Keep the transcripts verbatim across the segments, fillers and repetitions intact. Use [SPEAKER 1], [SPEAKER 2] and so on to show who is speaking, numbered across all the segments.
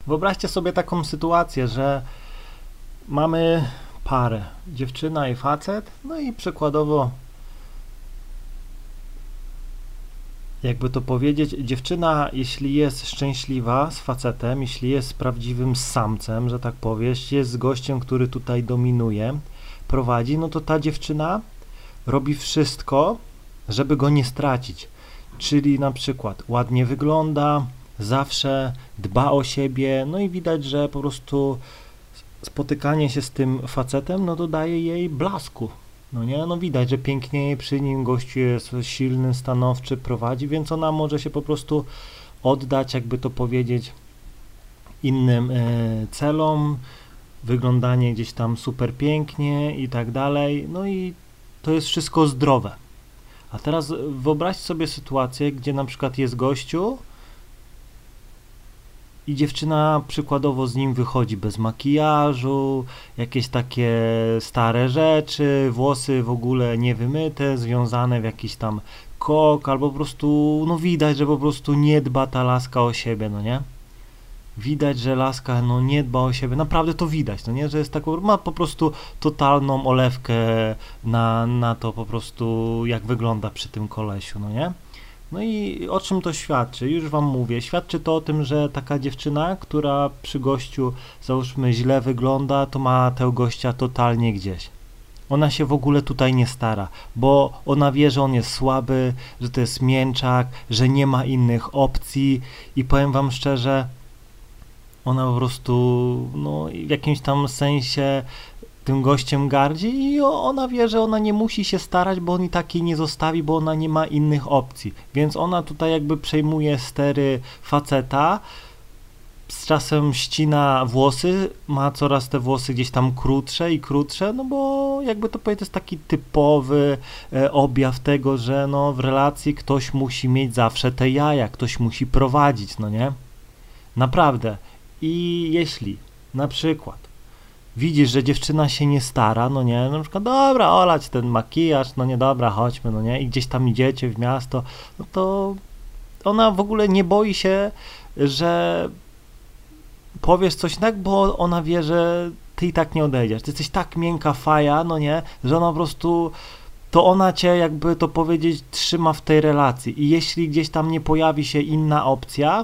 [SPEAKER 1] Wyobraźcie sobie taką sytuację, że mamy parę, dziewczyna i facet, no i przykładowo, jakby to powiedzieć, dziewczyna, jeśli jest szczęśliwa z facetem, jeśli jest prawdziwym samcem, że tak powiesz, jest z gościem, który tutaj dominuje, prowadzi, no to ta dziewczyna robi wszystko, żeby go nie stracić. Czyli na przykład ładnie wygląda, zawsze dba o siebie, no i widać, że po prostu spotykanie się z tym facetem, no dodaje jej blasku. No nie, no widać, że pięknieje przy nim, gościu jest silny, stanowczy, prowadzi, więc ona może się po prostu oddać, jakby to powiedzieć, innym y, celom, wyglądanie gdzieś tam super pięknie i tak dalej, no i to jest wszystko zdrowe. A teraz wyobraź sobie sytuację, gdzie na przykład jest gościu i dziewczyna przykładowo z nim wychodzi bez makijażu, jakieś takie stare rzeczy, włosy w ogóle niewymyte, związane w jakiś tam kok, albo po prostu, no widać, że po prostu nie dba ta laska o siebie, no nie? Widać, że laska no nie dba o siebie, naprawdę to widać, no nie, że jest taką, ma po prostu totalną olewkę na, na to po prostu, jak wygląda przy tym kolesiu, no nie? No i o czym to świadczy? Już wam mówię, świadczy to o tym, że taka dziewczyna, która przy gościu, załóżmy, źle wygląda, to ma tego gościa totalnie gdzieś. Ona się w ogóle tutaj nie stara, bo ona wie, że on jest słaby, że to jest mięczak, że nie ma innych opcji i powiem wam szczerze, ona po prostu no, w jakimś tam sensie tym gościem gardzi i ona wie, że ona nie musi się starać, bo on i tak jej nie zostawi, bo ona nie ma innych opcji. Więc ona tutaj jakby przejmuje stery faceta, z czasem ścina włosy, ma coraz te włosy gdzieś tam krótsze i krótsze, no bo jakby to powiedzieć, to jest taki typowy e, objaw tego, że no w relacji ktoś musi mieć zawsze te jaja, ktoś musi prowadzić, no nie? Naprawdę. I jeśli na przykład widzisz, że dziewczyna się nie stara, no nie, na przykład dobra, olać ten makijaż, no nie, dobra, chodźmy, no nie, i gdzieś tam idziecie w miasto, no to ona w ogóle nie boi się, że powiesz coś tak, bo ona wie, że ty i tak nie odejdziesz, ty jesteś tak miękka faja, no nie, że ona po prostu, to ona cię, jakby to powiedzieć, trzyma w tej relacji i jeśli gdzieś tam nie pojawi się inna opcja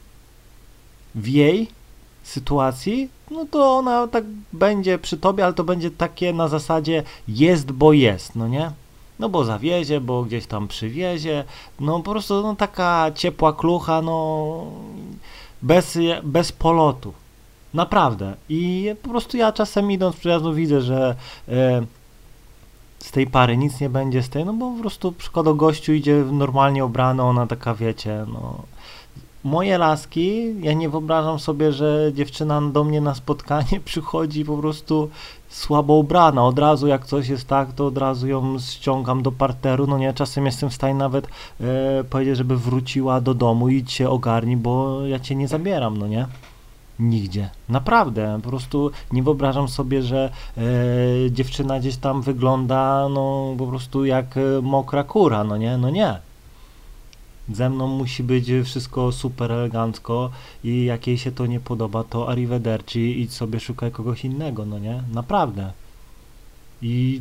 [SPEAKER 1] w jej sytuacji, no to ona tak będzie przy tobie, ale to będzie takie na zasadzie jest, bo jest, no nie? No bo zawiezie, bo gdzieś tam przywiezie, no po prostu no, taka ciepła klucha, no bez, bez polotu. Naprawdę. I po prostu ja czasem idąc przyjazdu widzę, że e, z tej pary nic nie będzie z tej, no bo po prostu przykład o gościu idzie normalnie ubrany, ona taka wiecie, no moje laski, ja nie wyobrażam sobie, że dziewczyna do mnie na spotkanie przychodzi po prostu słabo ubrana. Od razu jak coś jest tak, to od razu ją ściągam do parteru. No nie, czasem jestem w stanie nawet e, powiedzieć, żeby wróciła do domu, idź się ogarnij, bo ja cię nie zabieram, no nie? Nigdzie. Naprawdę. Po prostu nie wyobrażam sobie, że e, dziewczyna gdzieś tam wygląda no po prostu jak e, mokra kura, no nie? No nie. Ze mną musi być wszystko super elegancko i jak jej się to nie podoba, to arrivederci, idź sobie szukaj kogoś innego, no nie? Naprawdę. I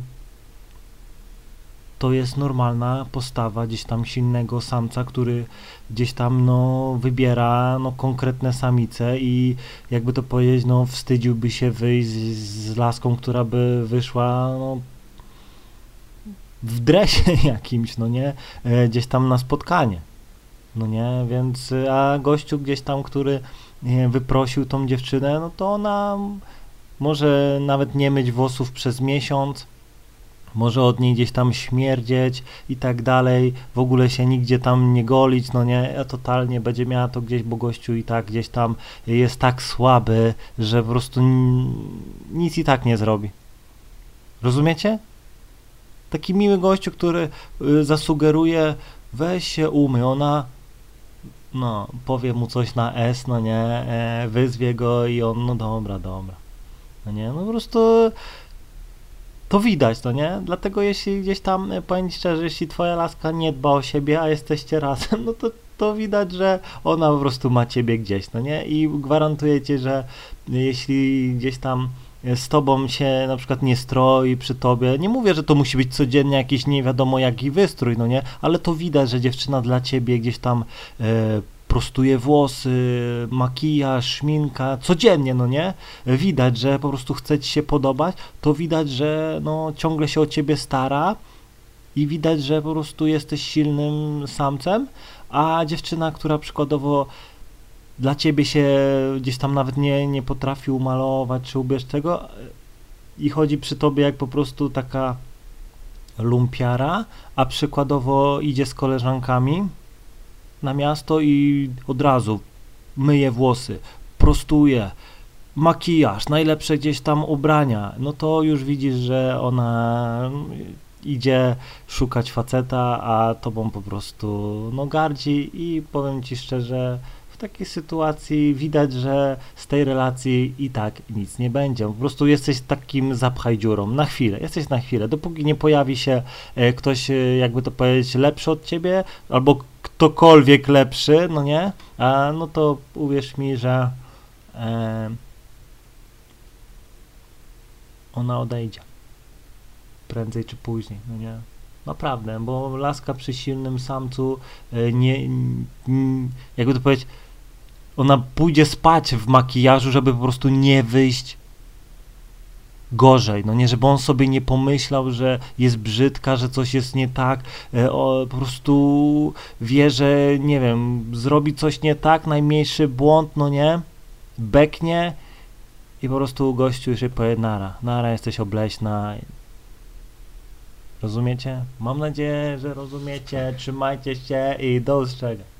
[SPEAKER 1] to jest normalna postawa gdzieś tam silnego samca, który gdzieś tam no wybiera no konkretne samice i jakby to powiedzieć, no wstydziłby się wyjść z, z laską, która by wyszła no w dresie jakimś, no nie? E, gdzieś tam na spotkanie. No nie, więc a gościu gdzieś tam, który nie, wyprosił tą dziewczynę, no to ona może nawet nie myć włosów przez miesiąc, może od niej gdzieś tam śmierdzieć i tak dalej, w ogóle się nigdzie tam nie golić, no nie, a totalnie będzie miała to gdzieś, bo gościu i tak gdzieś tam jest tak słaby, że po prostu nic i tak nie zrobi. Rozumiecie? Taki miły gościu, który y, zasugeruje, weź się umyj, ona no, powie mu coś na S, no nie, e, wyzwie go i on, no dobra, dobra, no nie, no po prostu to widać, no nie, dlatego jeśli gdzieś tam, powiem ci szczerze, jeśli twoja laska nie dba o siebie, a jesteście razem, no to to widać, że ona po prostu ma ciebie gdzieś, no nie? I gwarantuję ci, że jeśli gdzieś tam z tobą się na przykład nie stroi przy tobie, nie mówię, że to musi być codziennie jakiś nie wiadomo jaki wystrój, no nie? Ale to widać, że dziewczyna dla ciebie gdzieś tam e, prostuje włosy, makijaż, szminka, codziennie, no nie? Widać, że po prostu chce ci się podobać, to widać, że no ciągle się o ciebie stara i widać, że po prostu jesteś silnym samcem, a dziewczyna, która przykładowo dla ciebie się gdzieś tam nawet nie, nie potrafi umalować czy ubierz tego i chodzi przy tobie jak po prostu taka lumpiara, a przykładowo idzie z koleżankami na miasto i od razu myje włosy, prostuje, makijaż, najlepsze gdzieś tam ubrania, no to już widzisz, że ona idzie szukać faceta, a tobą po prostu no gardzi i powiem ci szczerze, w takiej sytuacji widać, że z tej relacji i tak nic nie będzie. Po prostu jesteś takim zapchaj dziurą, na chwilę, jesteś na chwilę, dopóki nie pojawi się e, ktoś, e, jakby to powiedzieć, lepszy od ciebie, albo ktokolwiek lepszy, no nie, a no to uwierz mi, że e, ona odejdzie. Prędzej czy później, no nie. Naprawdę, bo laska przy silnym samcu e, nie, nie, jakby to powiedzieć, ona pójdzie spać w makijażu, żeby po prostu nie wyjść gorzej, no nie, żeby on sobie nie pomyślał, że jest brzydka, że coś jest nie tak, e, o, po prostu wie, że nie wiem, zrobi coś nie tak, najmniejszy błąd, no nie, beknie i po prostu gościu już jej powie nara, nara, jesteś obleśna. Rozumiecie? Mam nadzieję, że rozumiecie. Trzymajcie się i do usłyszenia.